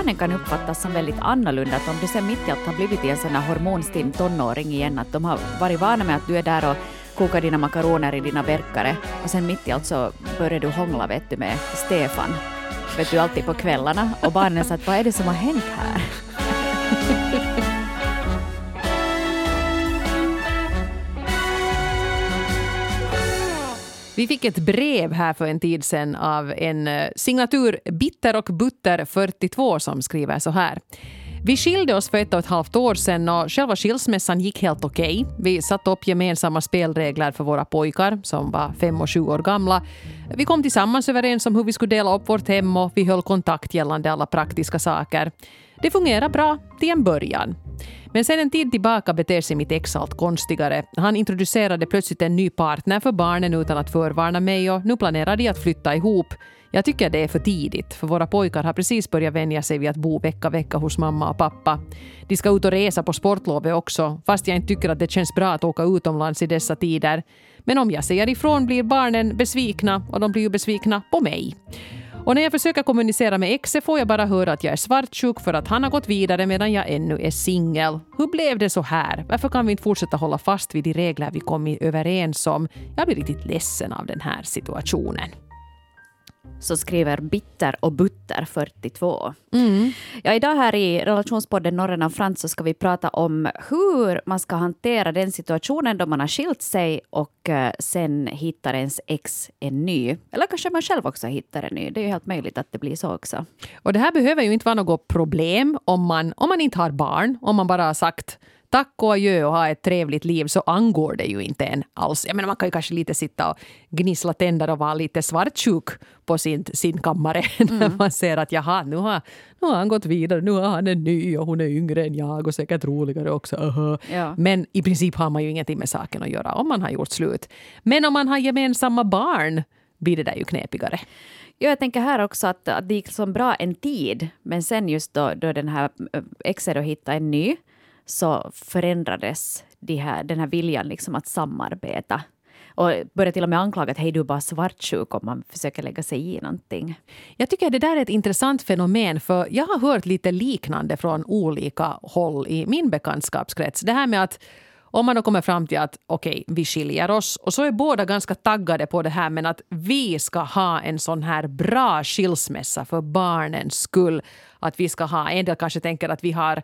barnen kan uppfattas som väldigt annorlunda. Att om du sen mitt i allt har blivit i en sån här hormonstinn tonåring igen, att de har varit vana med att du är där och kokar dina makaroner i dina bärkare och sen mitt i allt så börjar du hångla, vet du, med Stefan. Vet du, alltid på kvällarna. Och barnen sa att vad är det som har hänt här? Vi fick ett brev här för en tid sedan av en signatur Bitter och Butter 42 som skriver så här. Vi skilde oss för 1,5 år sedan och själva skilsmässan gick helt okej. Vi satte upp gemensamma spelregler för våra pojkar som var 5 och 7 år gamla. Vi kom tillsammans överens om hur vi skulle dela upp vårt hem och vi höll kontakt gällande alla praktiska saker. Det fungerar bra till en början. Men sen en tid tillbaka beter sig mitt ex allt konstigare. Han introducerade plötsligt en ny partner för barnen utan att förvarna mig och nu planerar de att flytta ihop. Jag tycker det är för tidigt för våra pojkar har precis börjat vänja sig vid att bo vecka hos mamma och pappa. De ska ut och resa på sportlovet också fast jag inte tycker att det känns bra att åka utomlands i dessa tider. Men om jag säger ifrån blir barnen besvikna och de blir ju besvikna på mig. Och när jag försöker kommunicera med exet får jag bara höra att jag är svartsjuk för att han har gått vidare medan jag ännu är singel. Hur blev det så här? Varför kan vi inte fortsätta hålla fast vid de regler vi kom överens om? Jag blir riktigt ledsen av den här situationen. Så skriver Bitter och Butter 42. Ja, idag här i relationspodden Norren av Frans så ska vi prata om hur man ska hantera den situationen då man har skilt sig och sen hittar ens ex en ny. Eller kanske man själv också hittar en ny. Det är ju helt möjligt att det blir så också. Och det här behöver ju inte vara något problem om man inte har barn. Om man bara har sagt tack och adjö och ha ett trevligt liv så angår det ju inte en alls. Jag menar, man kan ju kanske lite sitta och gnissla tänder och vara lite svartsjuk på sin kammare när man ser att jaha, nu har han gått vidare, nu har han en ny och hon är yngre än jag och säkert roligare också. Ja. Men i princip har man ju ingenting med saken att göra om man har gjort slut. Men om man har gemensamma barn blir det där ju knepigare. Ja, jag tänker här också att det gick så bra en tid men sen just då den här exet och hittade en ny så förändrades den här viljan liksom att samarbeta. Och började till och med anklaga att hej, du är bara svartsjuk om man försöker lägga sig i någonting. Jag tycker det där är ett intressant fenomen för jag har hört lite liknande från olika håll i min bekantskapskrets. Det här med att om man då kommer fram till att okej, vi skiljer oss och så är båda ganska taggade på det här men att vi ska ha en sån här bra skilsmässa för barnens skull. Att vi ska ha, en del kanske tänker att vi har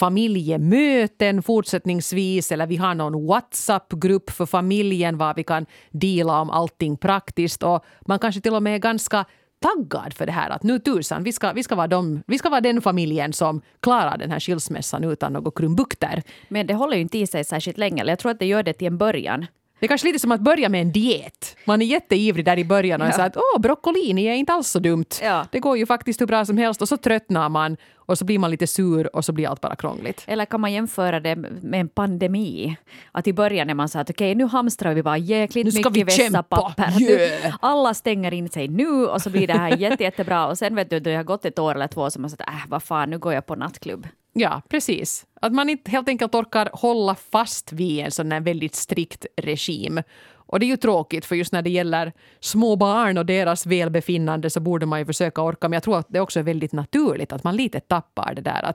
familjemöten fortsättningsvis eller vi har någon WhatsApp-grupp för familjen var vi kan dela om allting praktiskt och man kanske till och med är ganska taggad för det här att nu tusan, vi ska vara den familjen som klarar den här skilsmässan utan några krumbukter. Men det håller ju inte i sig särskilt länge. Jag tror att det gör det till en början. Det är kanske lite som att börja med en diet. Man är jätteivrig där i början och säger att broccolini är inte alls så dumt. Ja. Det går ju faktiskt hur bra som helst och så tröttnar man och så blir man lite sur och så blir allt bara krångligt. Eller kan man jämföra det med en pandemi? Att i början när man sa att okej, nu hamstrar vi bara jäkligt mycket vässapapper. Yeah. Alla stänger in sig nu och så blir det här jättebra. Och sen vet du, det har gått 1 år eller 2 som man sagt, vad fan, nu går jag på nattklubb. Ja, precis. Att man inte helt enkelt orkar hålla fast vid en sån här väldigt strikt regim. Och det är ju tråkigt för just när det gäller små barn och deras välbefinnande så borde man ju försöka orka. Men jag tror att det också är väldigt naturligt att man lite tappar det där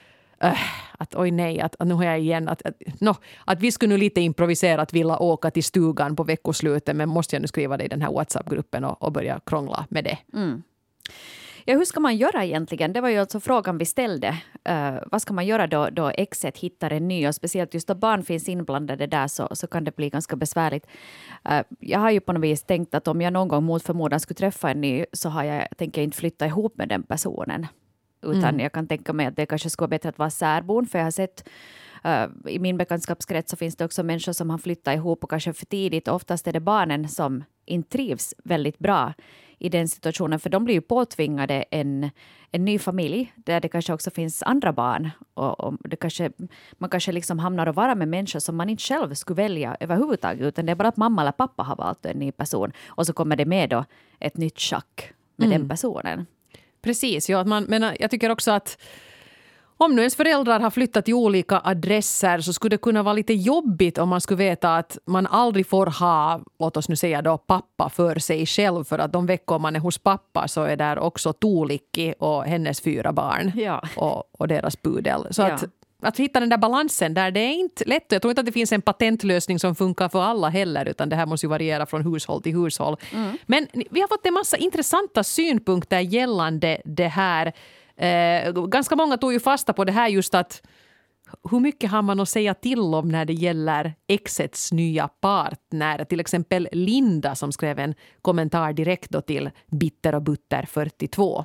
att oj nej, att nu har jag igen att vi skulle nu lite improviserat vilja åka till stugan på veckoslutet men måste jag nu skriva det i den här WhatsApp-gruppen och börja krångla med det. Ja, hur ska man göra egentligen? Det var ju alltså frågan vi ställde. Vad ska man göra då exet hittar en ny? Och speciellt just då barn finns inblandade där så kan det bli ganska besvärligt. Jag har ju på något vis tänkt att om jag någon gång mot förmodan skulle träffa en ny så tänker jag inte flytta ihop med den personen. Utan jag kan tänka mig att det kanske skulle vara bättre att vara särbon. För jag har sett i min bekantskapskrets så finns det också människor som har flyttat ihop och kanske för tidigt. Oftast är det barnen som inte trivs väldigt bra i den situationen. För de blir ju påtvingade en ny familj där det kanske också finns andra barn. Och man kanske liksom hamnar och vara med människor som man inte själv skulle välja överhuvudtaget. Utan det är bara att mamma eller pappa har valt en ny person. Och så kommer det med då ett nytt schack med den personen. Precis, ja, men jag tycker också att Om nu ens föräldrar har flyttat till olika adresser så skulle det kunna vara lite jobbigt om man skulle veta att man aldrig får ha, låt oss nu säga då, pappa för sig själv. För att de veckor man är hos pappa så är där också Tuulikki och hennes 4 barn och deras pudel. Så att hitta den där balansen där, det är inte lätt. Jag tror inte att det finns en patentlösning som funkar för alla heller, utan det här måste ju variera från hushåll till hushåll. Men vi har fått en massa intressanta synpunkter gällande det här. Ganska många tog ju fasta på det här just att hur mycket har man att säga till om när det gäller exets nya partner. Till exempel Linda som skrev en kommentar direkt då till Bitter och Butter 42.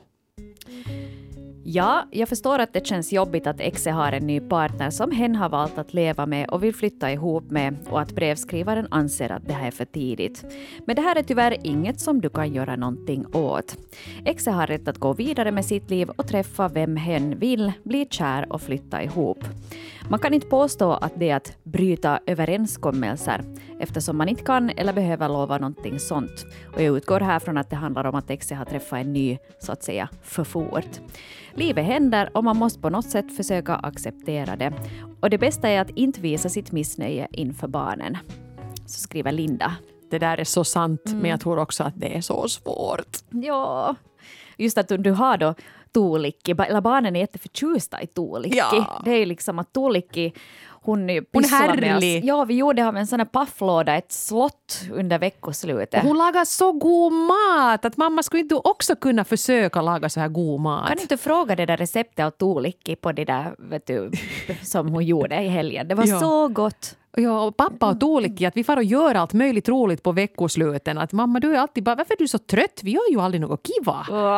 Ja, jag förstår att det känns jobbigt att exet har en ny partner som hen har valt att leva med och vill flytta ihop med, och att brevskrivaren anser att det här är för tidigt. Men det här är tyvärr inget som du kan göra någonting åt. Exet har rätt att gå vidare med sitt liv och träffa vem hen vill, bli kär och flytta ihop. Man kan inte påstå att det är att bryta överenskommelser, eftersom man inte kan eller behöver lova någonting sånt. Och jag utgår här från att det handlar om att exet har träffat en ny, så att säga, för fort. Livet händer och man måste på något sätt försöka acceptera det. Och det bästa är att inte visa sitt missnöje inför barnen. Så skriver Linda. Det där är så sant, men jag tror också att det är så svårt. Ja, just att du har då Tuulikki, eller barnen är jätteförtjusta i Tuulikki. Ja. Det är liksom att Tuulikki, hon är härlig. Ja, vi gjorde av en sån här pafflåda ett slott under veckoslutet. Och hon lagar så god mat att mamma skulle inte också kunna försöka laga så här god mat. Kan inte fråga det där receptet av Tuulikki på det där, vet du, som hon gjorde i helgen. Det var så gott. Ja, och pappa och Tuulikki, att vi får gör allt möjligt roligt på veckosluten. Att mamma, du är alltid bara, varför är du så trött? Vi gör ju aldrig något kiva.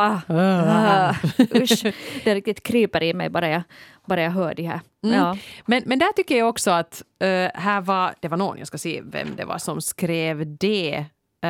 Usch, det riktigt kryper i mig bara jag hör det här. Ja. Men där tycker jag också att här det var någon, jag ska se vem det var som skrev det.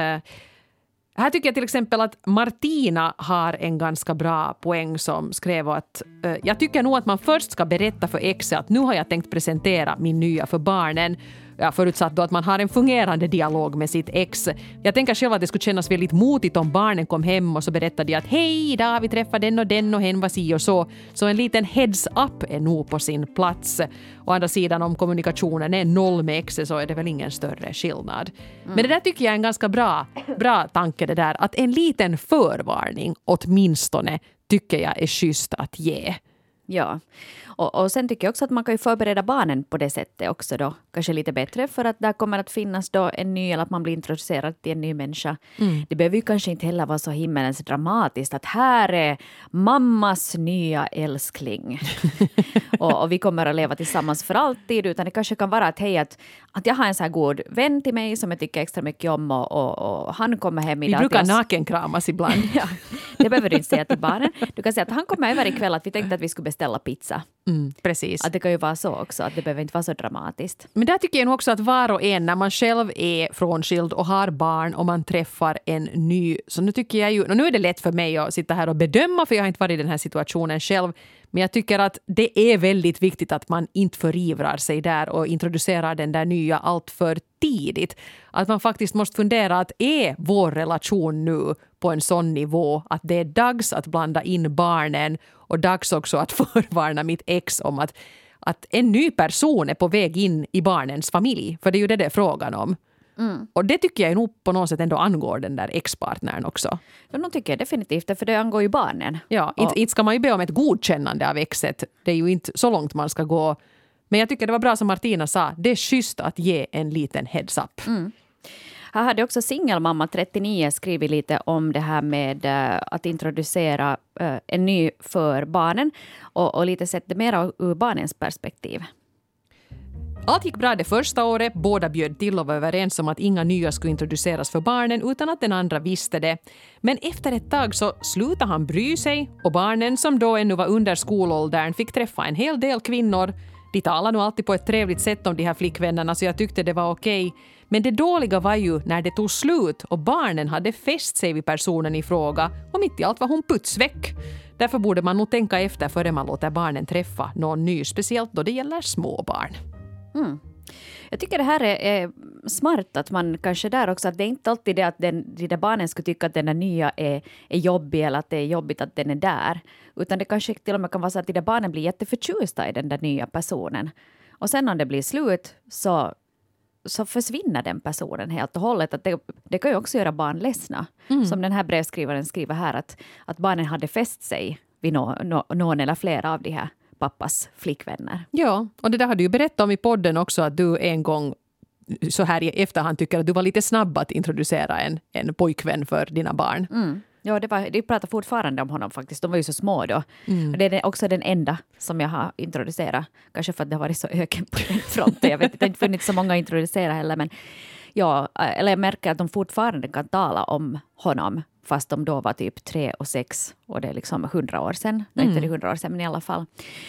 Här tycker jag till exempel att Martina har en ganska bra poäng som skrev att jag tycker nog att man först ska berätta för exet att nu har jag tänkt presentera min nya för barnen. Jag förutsatt då att man har en fungerande dialog med sitt ex. Jag tänker själv att det skulle kännas väldigt motigt om barnen kom hem och så berättade de att hej, idag har vi träffat den och hen var si och så. Så en liten heads up är nog på sin plats. Å andra sidan, om kommunikationen är 0 med exet så är det väl ingen större skillnad. Men det där tycker jag är en ganska bra tanke det där. Att en liten förvarning åtminstone tycker jag är schysst att ge. Ja, och sen tycker jag också att man kan ju förbereda barnen på det sättet också då. Kanske lite bättre, för att där kommer att finnas då en ny, eller att man blir introducerad till en ny människa. Det behöver ju kanske inte heller vara så himmelens dramatiskt att här är mammas nya älskling. och vi kommer att leva tillsammans för alltid, utan det kanske kan vara att hej, att jag har en så här god vän till mig som jag tycker extra mycket om och han kommer hem idag. Vi brukar nakenkramas ibland. Ja, det behöver du inte säga till barnen. Du kan säga att han kommer över ikväll, att vi tänkte att vi skulle beställa pizza. Precis. Att det kan ju vara så också, att det behöver inte vara så dramatiskt. Men där tycker jag nog också att var och en, när man själv är frånskild och har barn och man träffar en ny, så nu tycker jag ju, och nu är det lätt för mig att sitta här och bedöma, för jag har inte varit i den här situationen själv, men jag tycker att det är väldigt viktigt att man inte förivrar sig där och introducerar den där nya allt för tidigt. Att man faktiskt måste fundera att är vår relation nu på en sån nivå att det är dags att blanda in barnen och dags också att förvarna mitt ex om att en ny person är på väg in i barnens familj. För det är ju det är frågan om. Och det tycker jag nog på något sätt ändå angår den där ex-partnern också. Ja, de tycker jag definitivt, för det angår ju barnen. Ja, inte ska man ju be om ett godkännande av exet. Det är ju inte så långt man ska gå. Men jag tycker det var bra som Martina sa. Det är schysst att ge en liten heads up. Här hade också singelmamma 39 skrivit lite om det här med att introducera en ny för barnen. Och lite sett det mer ur barnens perspektiv. Allt gick bra det första året. Båda bjöd till och var överens om att inga nya skulle introduceras för barnen utan att den andra visste det. Men efter ett tag så slutade han bry sig och barnen, som då ännu var under skolåldern, fick träffa en hel del kvinnor. De talade nog alltid på ett trevligt sätt om de här flickvännerna, så jag tyckte det var okej. Men det dåliga var ju när det tog slut och barnen hade fäst sig vid personen i fråga och mitt i allt var hon putsväck. Därför borde man nog tänka efter före man låter barnen träffa någon ny, speciellt då det gäller småbarn. Jag tycker det här är smart att man kanske där också, att det är inte alltid det att de där barnen skulle tycka att den där nya är jobbig eller att det är jobbigt att den är där. Utan det kanske till och med kan vara så att de där barnen blir jätteförtjusta i den där nya personen. Och sen när det blir slut så försvinner den personen helt och hållet. Att det kan ju också göra barn ledsna. Som den här brevskrivaren skriver här, att barnen hade fäst sig vid någon eller flera av de här pappas flickvänner. Ja, och det där har du ju berättat om i podden också, att du en gång så här i efterhand tycker att du var lite snabb att introducera en pojkvän för dina barn. Ja, de pratar fortfarande om honom faktiskt. De var ju så små då. Och det är också den enda som jag har introducerat. Kanske för att det har varit så öken på den fronten. Jag vet inte, det har inte funnits så många att introducera heller. Men ja, eller jag märker att de fortfarande kan tala om honom. Fast de då var typ 3 och 6. Och det är liksom 100 år sedan. Nej, inte det 100 år sedan, men i alla fall.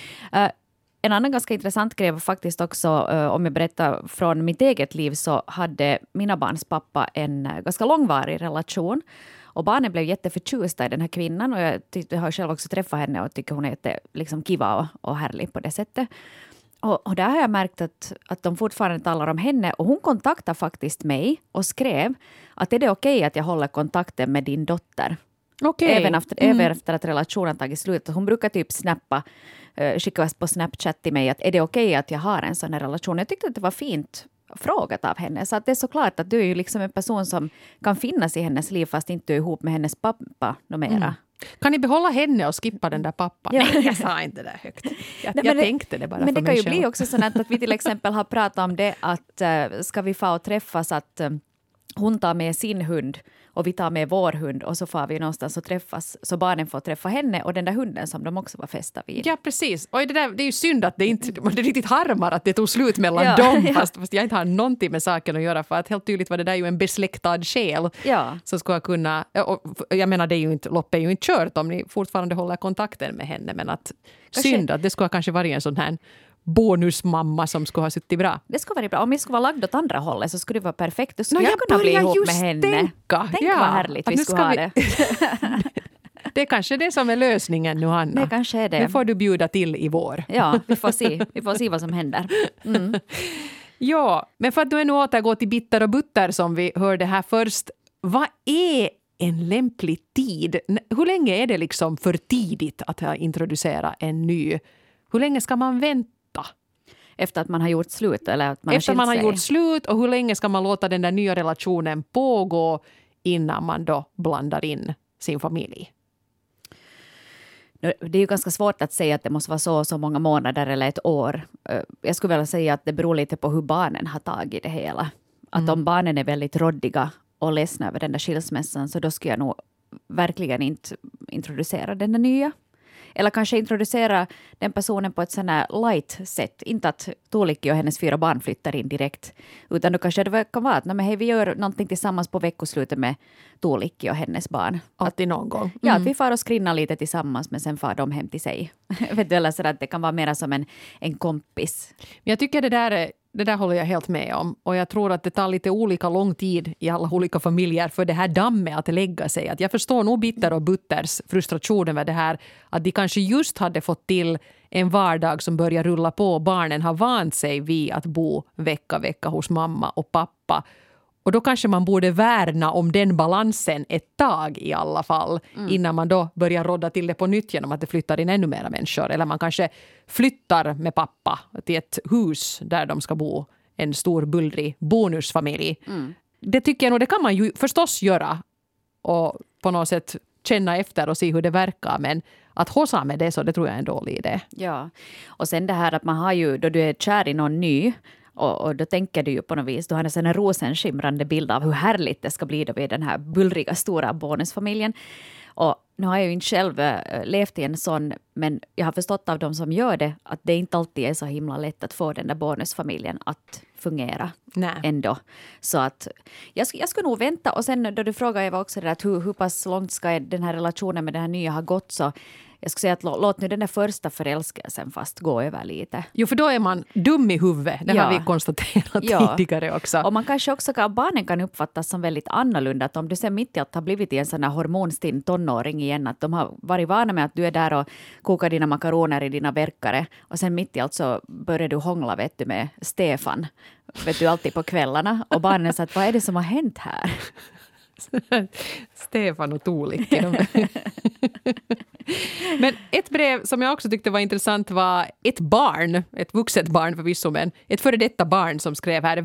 En annan ganska intressant grej var faktiskt också, om jag berättar från mitt eget liv, så hade mina barns pappa en ganska långvarig relation. Och barnen blev jätteförtjusta i den här kvinnan, och jag har själv också träffat henne och tycker hon är liksom kiva och härlig på det sättet. Och där har jag märkt att de fortfarande talar om henne, och hon kontaktade faktiskt mig och skrev att är det okej att jag håller kontakten med din dotter? Okay. Även efter att relationen tagit slut. Hon brukar typ skicka på Snapchat till mig att är det okej att jag har en sån här relation? Jag tyckte att det var fint frågat av henne. Så att det är såklart att du är ju liksom en person som kan finnas i hennes liv fast inte är ihop med hennes pappa mera. Kan ni behålla henne och skippa den där pappan? Ja. Nej, jag sa inte det där högt. Jag tänkte det bara men för det mig kan ju själv. bli också sånt att vi till exempel har pratat om det att ska vi få och träffas, att hon tar med sin hund och vi tar med vår hund och så får vi någonstans och träffas så barnen får träffa henne och den där hunden som de också var fästa vid. Ja, precis. Och det är ju synd att det riktigt harmar att det tog slut mellan dem fast jag inte har någonting med saken att göra, för att helt tydligt var det där ju en besläktad själ som skulle kunna, och jag menar det är ju inte, loppet är ju inte kört om ni fortfarande håller kontakten med henne, men att synd att det skulle kanske vara en sån här bonusmamma som skulle ha suttit bra. Det skulle vara bra. Om jag skulle vara lagd åt andra hållet så skulle det vara perfekt. Då skulle jag kunna bli ihop med henne. Tänk vad härligt vi skulle ha det. Det är kanske det som är lösningen nu, Anna. Det kanske är det. Det får du bjuda till i vår. Ja, vi får se vad som händer. Ja, men för att nu återgå till bitter och butter som vi hörde här först. Vad är en lämplig tid? Hur länge är det liksom för tidigt att introducera en ny? Hur länge ska man vänta? Efter att man har gjort slut? Eller att man efter man har gjort slut, och hur länge ska man låta den där nya relationen pågå innan man då blandar in sin familj? Det är ju ganska svårt att säga att det måste vara så många månader eller ett år. Jag skulle vilja säga att det beror lite på hur barnen har tagit det hela. Att om barnen är väldigt råddiga och ledsna över den där skilsmässan, så då skulle jag nog verkligen inte introducera den där nya. Eller kanske introducera den personen på ett sån här light sätt. Inte att Tuulikki och hennes 4 barn flyttar in direkt. Utan då kanske det kan vara att vi gör någonting tillsammans på veckoslutet med Tuulikki och hennes barn. Alltid någon gång. Ja, att vi far och skrinnar lite tillsammans, men sen far de hem till sig. Eller så att det kan vara mer som en kompis. Jag tycker det där håller jag helt med om. Och jag tror att det tar lite olika lång tid i alla olika familjer för det här dammet att lägga sig. Att jag förstår nog bitter och butters frustration över det här. Att de kanske just hade fått till en vardag som börjar rulla på. Barnen har vant sig vid att bo vecka hos mamma och pappa. Och då kanske man borde värna om den balansen ett tag i alla fall. Innan man då börjar rodda till det på nytt genom att det flyttar in ännu mera människor. Eller man kanske flyttar med pappa till ett hus där de ska bo. En stor bullrig bonusfamilj. Det tycker jag nog, det kan man ju förstås göra. Och på något sätt känna efter och se hur det verkar. Men att hossa med det, så det tror jag är en dålig idé. Ja, och sen det här att man har ju, då du är kär i någon ny, och då tänker du ju på något vis, du har en sån här rosenskimrande bild av hur härligt det ska bli då vid den här bullriga stora bonusfamiljen. Och nu har jag ju inte själv levt i en sån, men jag har förstått av de som gör det att det inte alltid är så himla lätt att få den där bonusfamiljen att fungera ändå. Så att jag skulle nog vänta, och sen då du frågar Eva också det att hur pass långt ska den här relationen med den här nya ha gått, så jag skulle säga att låt nu den där första förälskelsen fast gå över lite. Jo, för då är man dum i huvudet. Det har vi konstaterat tidigare också. Och man kanske också barnen kan uppfattas som väldigt annorlunda. Att om du sen mitt i att ha blivit i en sån här hormonstinn tonåring igen, att de har varit vana med att du är där och kokar dina makaroner i dina verkare och sen mitt i allt så börjar du hångla vet du, med Stefan. Vet du, alltid på kvällarna. Och barnen sa att vad är det som har hänt här? Stefan och Tuulikki. Men ett brev som jag också tyckte var intressant var ett barn, ett vuxet barn förvisso, men ett före detta barn som skrev här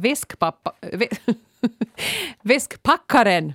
väskpackaren.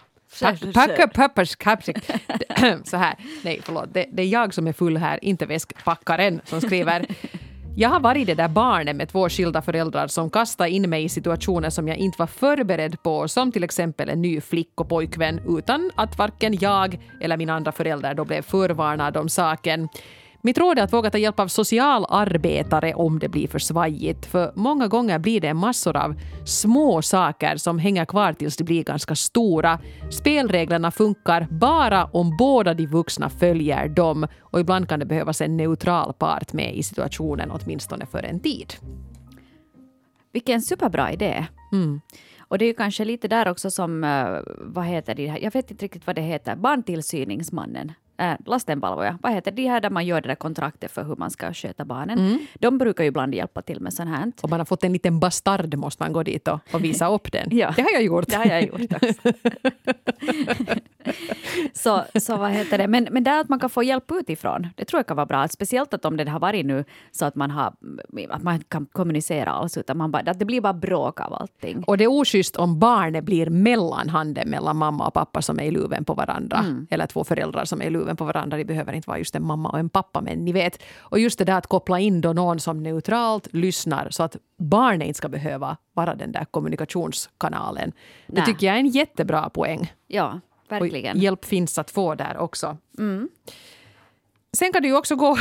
Så här. Nej, förlåt. Det är jag som är full här, inte väskpackaren som skriver. Jag har varit det där barnet med 2 skilda föräldrar som kastade in mig i situationer som jag inte var förberedd på, som till exempel en ny flick- och pojkvän, utan att varken jag eller min andra förälder då blev förvarnad om saken. Mitt råd är att våga ta hjälp av socialarbetare om det blir för svajigt. För många gånger blir det massor av små saker som hänger kvar tills det blir ganska stora. Spelreglerna funkar bara om båda de vuxna följer dem. Och ibland kan det behövas en neutral part med i situationen, åtminstone för en tid. Vilken superbra idé. Mm. Och det är ju kanske lite där också som, vad heter det här? Jag vet inte riktigt vad det heter. Barntillsyningsmannen. Lastenvalvoja. Vad heter det här där man gör det där kontraktet för hur man ska sköta barnen? Mm. De brukar ju ibland hjälpa till med sånt här. Om man har fått en liten bastard måste man gå dit och visa upp den. Ja. Det har jag gjort. Det har jag gjort också. så vad heter det? Men det är att man kan få hjälp utifrån. Det tror jag kan vara bra. Speciellt att om det har varit nu så att man kan kommunicera alls. Utan att det blir bara bråk av allting. Och det är oschysst om barnet blir mellanhanden mellan mamma och pappa som är i luven på varandra. Mm. Eller 2 föräldrar som är i luven på varandra. Det behöver inte vara just en mamma och en pappa, men ni vet. Och just det där att koppla in då någon som neutralt lyssnar så att barnet inte ska behöva vara den där kommunikationskanalen. Det tycker jag är en jättebra poäng. Ja, verkligen. Och hjälp finns att få där också. Mm. Sen kan du ju också gå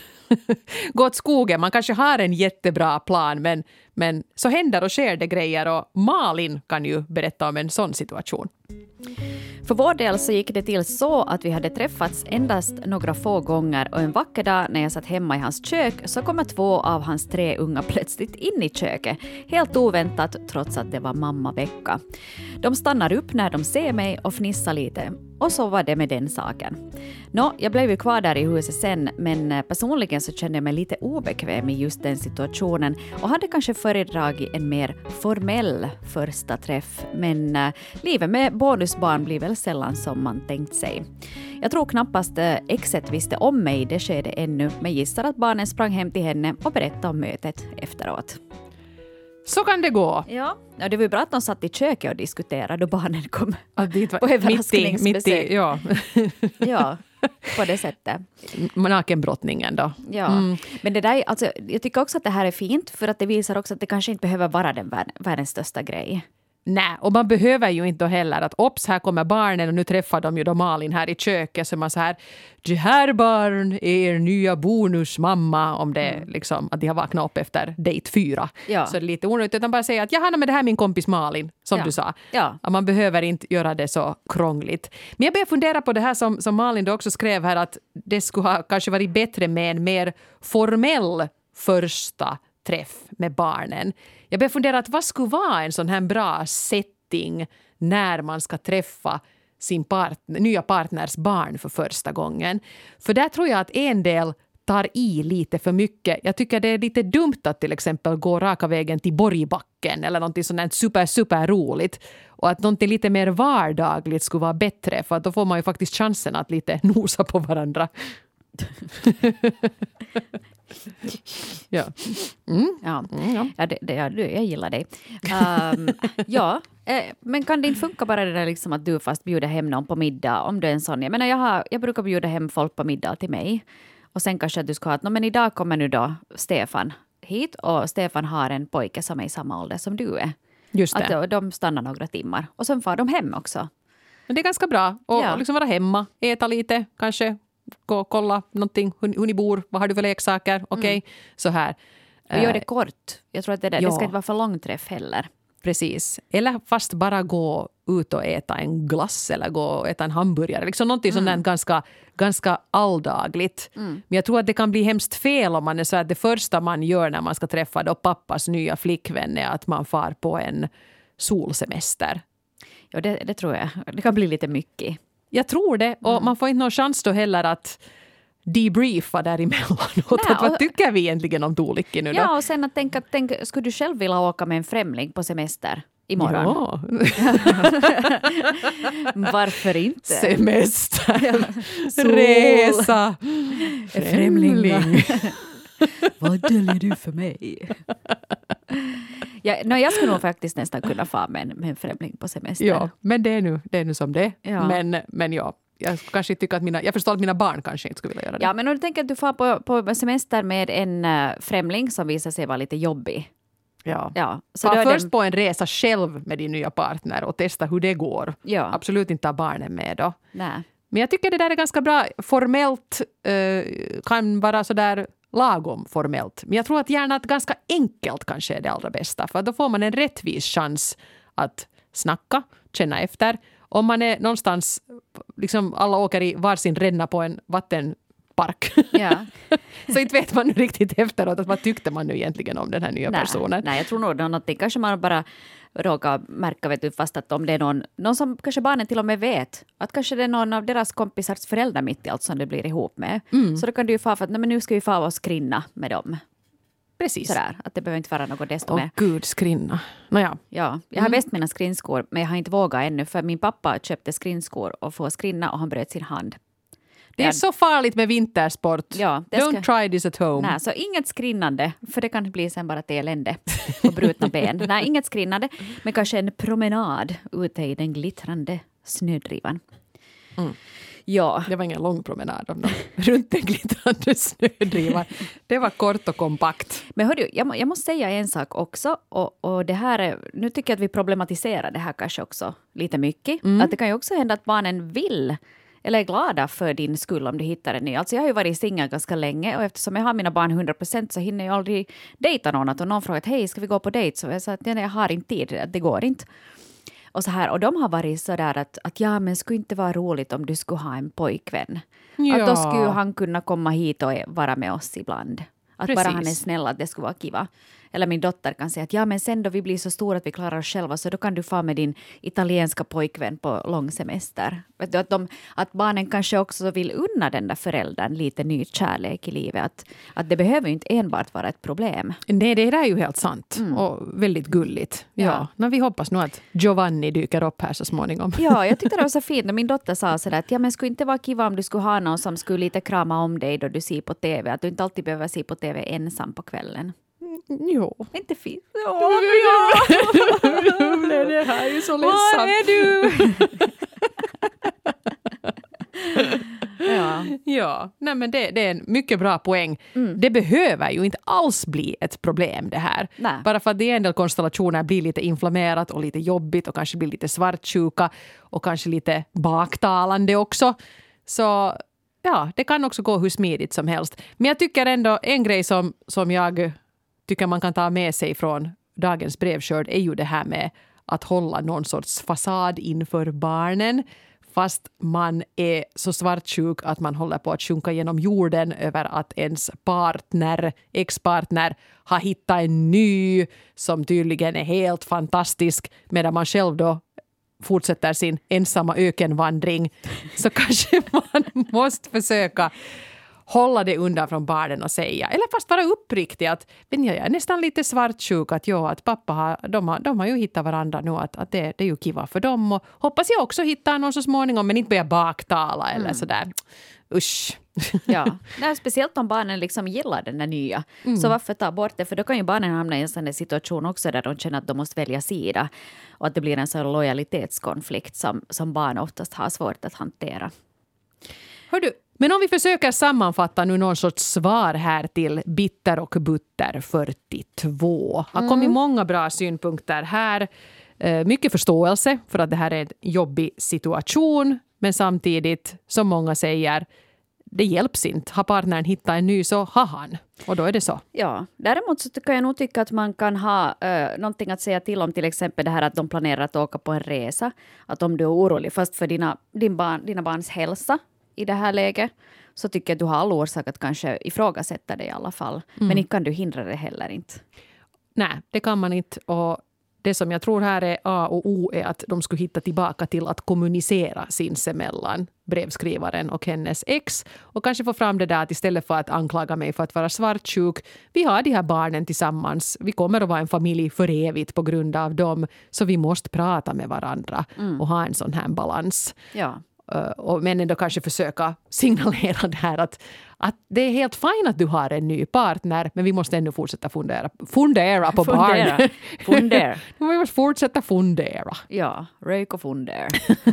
åt skogen. Man kanske har en jättebra plan, men så händer och sker det grejer, och Malin kan ju berätta om en sån situation. För vår del så gick det till så att vi hade träffats endast några få gånger, och en vacker dag när jag satt hemma i hans kök så kommer 2 av hans 3 unga plötsligt in i köket. Helt oväntat, trots att det var mammavecka. De stannar upp när de ser mig och fnissar lite. Och så var det med den saken. Jag blev ju kvar där i huset sen, men personligen så kände jag mig lite obekväm i just den situationen och hade kanske föredragit en mer formell första träff. Men livet med bonusbarn blir väl sällan som man tänkt sig. Jag tror knappast exet visste om mig, det skedde ännu, men gissar att barnen sprang hem till henne och berättade om mötet efteråt. Så kan det gå. Ja, det var ju bra att de satt i köket och diskuterade då barnen kom på överraskningsbesök. Ja. Ja, på det sättet. Nakenbrottningen då. Ja, men det där, alltså, jag tycker också att det här är fint, för att det visar också att det kanske inte behöver vara den världens största grej. Nej, och man behöver ju inte heller att här kommer barnen och nu träffar de ju då Malin här i köket, så man så här, det här barn är er nya bonusmamma, om det liksom att de har vaknat upp efter date 4. Ja. Så det är lite onödigt, utan bara säga att jag har med det här min kompis Malin, som du sa. Ja. Att man behöver inte göra det så krångligt. Men jag börjar fundera på det här som Malin då också skrev här, att det skulle ha kanske varit bättre med en mer formell första träff med barnen. Jag börjar fundera att vad skulle vara en sån här bra setting när man ska träffa sin nya partners barn för första gången. För där tror jag att en del tar i lite för mycket. Jag tycker det är lite dumt att till exempel gå raka vägen till Borgbacken eller någonting sånt här super roligt. Och att någonting lite mer vardagligt skulle vara bättre, för att då får man ju faktiskt chansen att lite nosa på varandra. Ja. Jag gillar dig. Men kan det inte funka bara det där liksom att du fast bjuder hem någon på middag, om du är en sån? Jag menar, jag brukar bjuda hem folk på middag till mig. Och sen kanske att du ska ha att men idag kommer nu då Stefan hit, och Stefan har en pojke som är i samma ålder som du är. Just det. Att de stannar några timmar och sen far de hem också. Men det är ganska bra att liksom vara hemma, äta lite, kanske gå och kolla någonting, hur ni bor, vad har du för leksaker, okej, så här. Och gör det kort. Jag tror att det ska inte vara för lång träff heller. Precis. Eller fast bara gå ut och äta en glass eller gå och äta en hamburgare. Liksom någonting sånt där ganska alldagligt. Men jag tror att det kan bli hemskt fel om man är så att det första man gör när man ska träffa då pappas nya flickvän är att man far på en solsemester. Ja, det tror jag. Det kan bli lite mycket. Jag tror det. Och man får inte någon chans då heller att debriefa däremellanåt. Vad tycker vi egentligen om Tuulikki nu då? Ja, och sen att tänka, skulle du själv vilja åka med en främling på semester imorgon? Ja. Varför inte? Semester, resa, främling. Vad döljer du för mig? Jag skulle nog faktiskt nästan kunna få med en främling på semester. Ja, men det är nu som det. Ja. Men ja, jag kanske tycker att jag förstår att mina barn kanske inte skulle vilja göra det. Ja, men om du tänker att du får på semester med en främling som visar sig vara lite jobbig. Ja. Så var då först på en resa själv med din nya partner och testa hur det går. Ja. Absolut inte ta barnen med då. Nej. Men jag tycker det där är ganska bra. Formellt kan vara så där lagom formellt. Men jag tror att gärna att ganska enkelt kanske är det allra bästa. För då får man en rättvis chans att snacka, känna efter. Om man är någonstans, liksom alla åker i varsin ränna på en vattenpark. Ja. Så inte vet man nu riktigt efteråt att vad tyckte man nu egentligen om den här nya personen. Nej, jag tror nog det är någonting. Kanske man bara råkar märka, vet du, fast att om det är någon som kanske barnen till och med vet. Att kanske det är någon av deras kompisars föräldrar mitt i allt som det blir ihop med. Så då kan du ju få för att men nu ska vi få och skrinna med dem. Precis. Sådär, att det behöver inte vara något desto mer. Gud, skrinna. Nåja. Ja, jag har väst mina skrinskor men jag har inte vågat ännu för min pappa köpte skrinskor och får skrinna och han bröt sin hand. Det är så farligt med vintersport. Ja, Don't try this at home. Nej, så inget skrinnande, för det kan bli sen bara ett elände och brutna ben. Nej, inget skrinnande, men kanske en promenad ute i den glittrande snödrivan. Ja. Det var ingen lång promenad runt den glittrande snödrivan. Det var kort och kompakt. Men hörru, jag måste säga en sak också. Och det här nu tycker jag att vi problematiserar det här kanske också lite mycket. Att det kan ju också hända att barnen vill eller är glada för din skull om du hittar en ny. Alltså jag har ju varit singel ganska länge och eftersom jag har mina barn 100% så hinner jag aldrig dejta någon. Och någon frågat, hej, ska vi gå på dejt? Så jag sa att jag har inte tid, det går inte. Och så här, och de har varit så där att ja, men skulle inte vara roligt om du skulle ha en pojkvän. Ja. Att då skulle han kunna komma hit och vara med oss ibland. Att Precis. bara han är snäll, att det skulle vara kiva. Eller min dotter kan säga att ja, men sen då vi blir så stora att vi klarar oss själva så då kan du få med din italienska pojkvän på lång semester. Vet du, att barnen kanske också vill unna den där föräldern lite ny kärlek i livet. Att det behöver ju inte enbart vara ett problem. Nej, det är ju helt sant. Och väldigt gulligt. Ja. Vi hoppas nog att Giovanni dyker upp här så småningom. Ja, jag tyckte det var så fint när min dotter sa sådär att ja, men skulle inte vara kiva om du skulle ha någon som skulle lite krama om dig då du ser på tv. Att du inte alltid behöver se på tv ensam på kvällen. Jo. Inte fint. Det här är ju så ledsamt. Var är du? Ja. Nej, men det är en mycket bra poäng. Det behöver ju inte alls bli ett problem det här. Nej. Bara för att det är en del konstellationer blir lite inflammerat och lite jobbigt och kanske blir lite svartsjuka och kanske lite baktalande också. Så ja, det kan också gå hur smidigt som helst. Men jag tycker ändå en grej som jag tycker man kan ta med sig från dagens brevskörd är ju det här med att hålla någon sorts fasad inför barnen. Fast man är så svartsjuk att man håller på att sjunka genom jorden över att ens ex-partner har hittat en ny som tydligen är helt fantastisk medan man själv då fortsätter sin ensamma ökenvandring. Så kanske man måste försöka hålla det undan från barnen och säga, eller fast vara uppriktig att men jag är nästan lite svartsjuk att pappa de har ju hittat varandra nu att det är ju kiva för dem och hoppas jag också hittar någon så småningom men inte börja baktala eller sådär. Usch. Ja, nej, speciellt om barnen liksom gillar den där nya. Så varför ta bort det? För då kan ju barnen hamna i en sån situation också där de känner att de måste välja sida. Och att det blir en sån lojalitetskonflikt som barn oftast har svårt att hantera. Hördu, men om vi försöker sammanfatta nu någon sorts svar här till Bitter och Butter 42. Har kommit många bra synpunkter här. Mycket förståelse för att det här är en jobbig situation. Men samtidigt, som många säger, det hjälps inte. Har partnern hittat en ny så har han. Och då är det så. Ja, däremot så kan jag nog tycka att man kan ha någonting att säga till om, till exempel det här att de planerar att åka på en resa. Att om du är orolig fast för dina barns hälsa i det här läget, så tycker jag att du har all orsak att kanske ifrågasätta det i alla fall. Men inte kan du hindra det heller inte. Nej, det kan man inte. Och det som jag tror här är A och O är att de skulle hitta tillbaka till att kommunicera sinsemellan, brevskrivaren och hennes ex. Och kanske få fram det där att istället för att anklaga mig för att vara svartsjuk, vi har de här barnen tillsammans. Vi kommer att vara en familj för evigt på grund av dem. Så vi måste prata med varandra och ha en sån här balans. Ja. Och men ändå kanske försöka signalera det här att det är helt fint att du har en ny partner, men vi måste ändå fortsätta fundera på barn. Fundera. Vi måste fortsätta fundera. Ja, rök och fundera.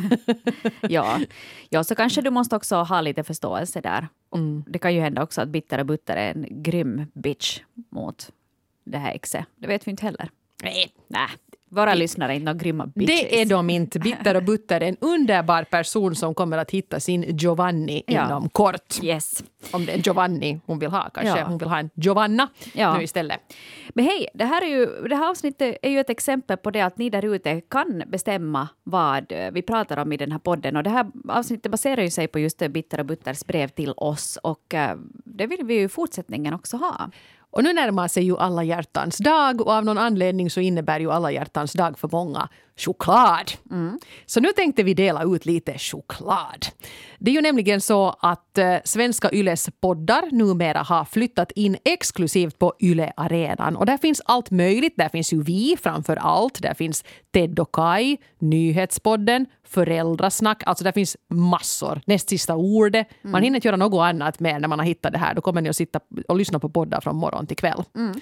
Ja, så kanske du måste också ha lite förståelse där. Det kan ju hända också att Bitter och Butter är en grym bitch mot det här exet. Det vet vi inte heller. Nej. Våra lyssnare är inte några grymma bitches. Det är de inte. Bitter och Butter är en underbar person som kommer att hitta sin Giovanni inom kort. Yes. Om det är Giovanni hon vill ha kanske. Hon vill ha en Giovanna nu istället. Men hej, det här avsnittet är ju ett exempel på det att ni där ute kan bestämma vad vi pratar om i den här podden. Och det här avsnittet baserar ju sig på just Bitter och Butters brev till oss. Och det vill vi ju i fortsättningen också ha. Och nu närmar sig ju alla hjärtans dag och av någon anledning så innebär ju alla hjärtans dag för många choklad. Så nu tänkte vi dela ut lite choklad. Det är ju nämligen så att Svenska Yles poddar numera har flyttat in exklusivt på Yle Arenan. Och där finns allt möjligt. Där finns ju vi framför allt. Där finns Ted och Kai, Nyhetspodden, Föräldrasnack. Alltså där finns massor. Näst sista ordet. Man hinner inte göra något annat med när man har hittat det här. Då kommer ni att sitta och lyssna på poddar från morgon till kväll.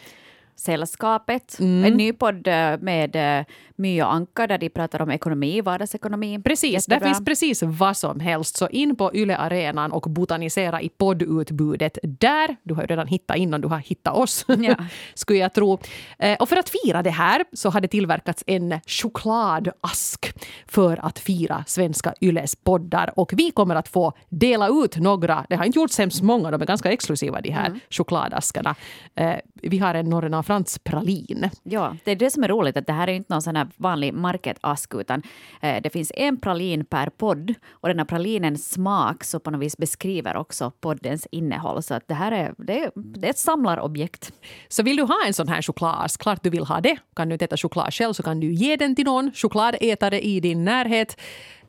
Sällskapet, en ny podd med My och Anka där de pratar om ekonomi, vardagsekonomi. Precis, Jättebra. där finns precis vad som helst. Så in på Yle Arenan och botanisera i poddutbudet där. Du har ju redan hittat innan du har hittat oss, skulle jag tro. Och för att fira det här så har det tillverkats en chokladask för att fira Svenska Yles poddar. Och vi kommer att få dela ut några, det har inte gjorts hemskt många, de är ganska exklusiva de här chokladaskarna. Vi har en Norrena Frans pralin. Ja, det är det som är roligt, att det här är inte någon sån här vanlig marketask, utan det finns en pralin per podd och den här pralinens smak så på något vis beskriver också poddens innehåll, så att det här är ett samlarobjekt. Så vill du ha en sån här chokladask, klart du vill ha det. Kan du inte äta choklad själv så kan du ge den till någon chokladätare i din närhet.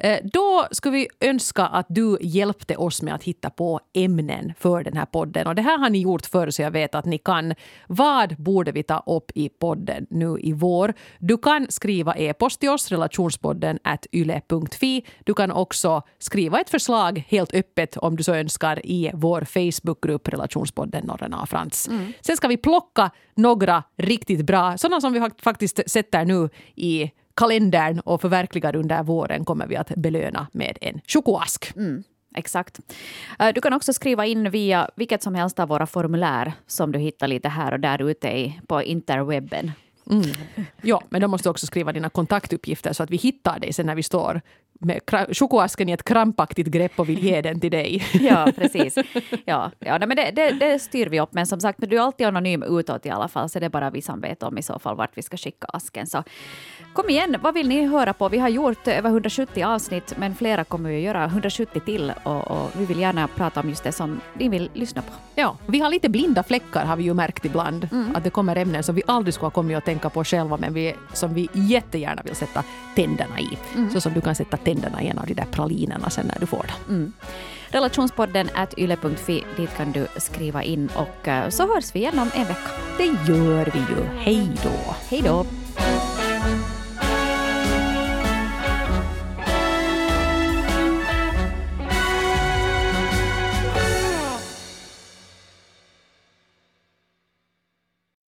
Då skulle vi önska att du hjälpte oss med att hitta på ämnen för den här podden. Och det här har ni gjort förr så jag vet att ni kan. Vad borde vi ta upp i podden nu i vår? Du kan skriva e-post till oss, relationspodden@yle.fi. Du kan också skriva ett förslag helt öppet om du så önskar i vår Facebookgrupp Relationspodden Norrena Frans. Sen ska vi plocka några riktigt bra, sådana som vi faktiskt sätter nu i kalendern och förverkligar under våren kommer vi att belöna med en chokoask. Exakt. Du kan också skriva in via vilket som helst av våra formulär som du hittar lite här och där ute på interwebben. Ja, men då måste du också skriva dina kontaktuppgifter så att vi hittar dig sen när vi står med chokoasken i ett krampaktigt grepp och vill ge den till dig. Ja, precis. Ja, men det styr vi upp. Men som sagt, du är alltid anonym utåt i alla fall, så det är bara vi som vet om i så fall vart vi ska skicka asken. Så kom igen, vad vill ni höra på? Vi har gjort över 170 avsnitt, men flera kommer vi att göra 170 till och vi vill gärna prata om just det som ni vill lyssna på. Ja, vi har lite blinda fläckar har vi ju märkt ibland. Att det kommer ämnen som vi aldrig skulle ha kommit att tänka på själva, men som vi jättegärna vill sätta tänderna i. Så som du kan sätta tänderna i en av de där pralinerna sen när du får det. Relationspodden@yle.fi, dit kan du skriva in och så hörs vi igen om en vecka. Det gör vi ju. Hej då! Hej då!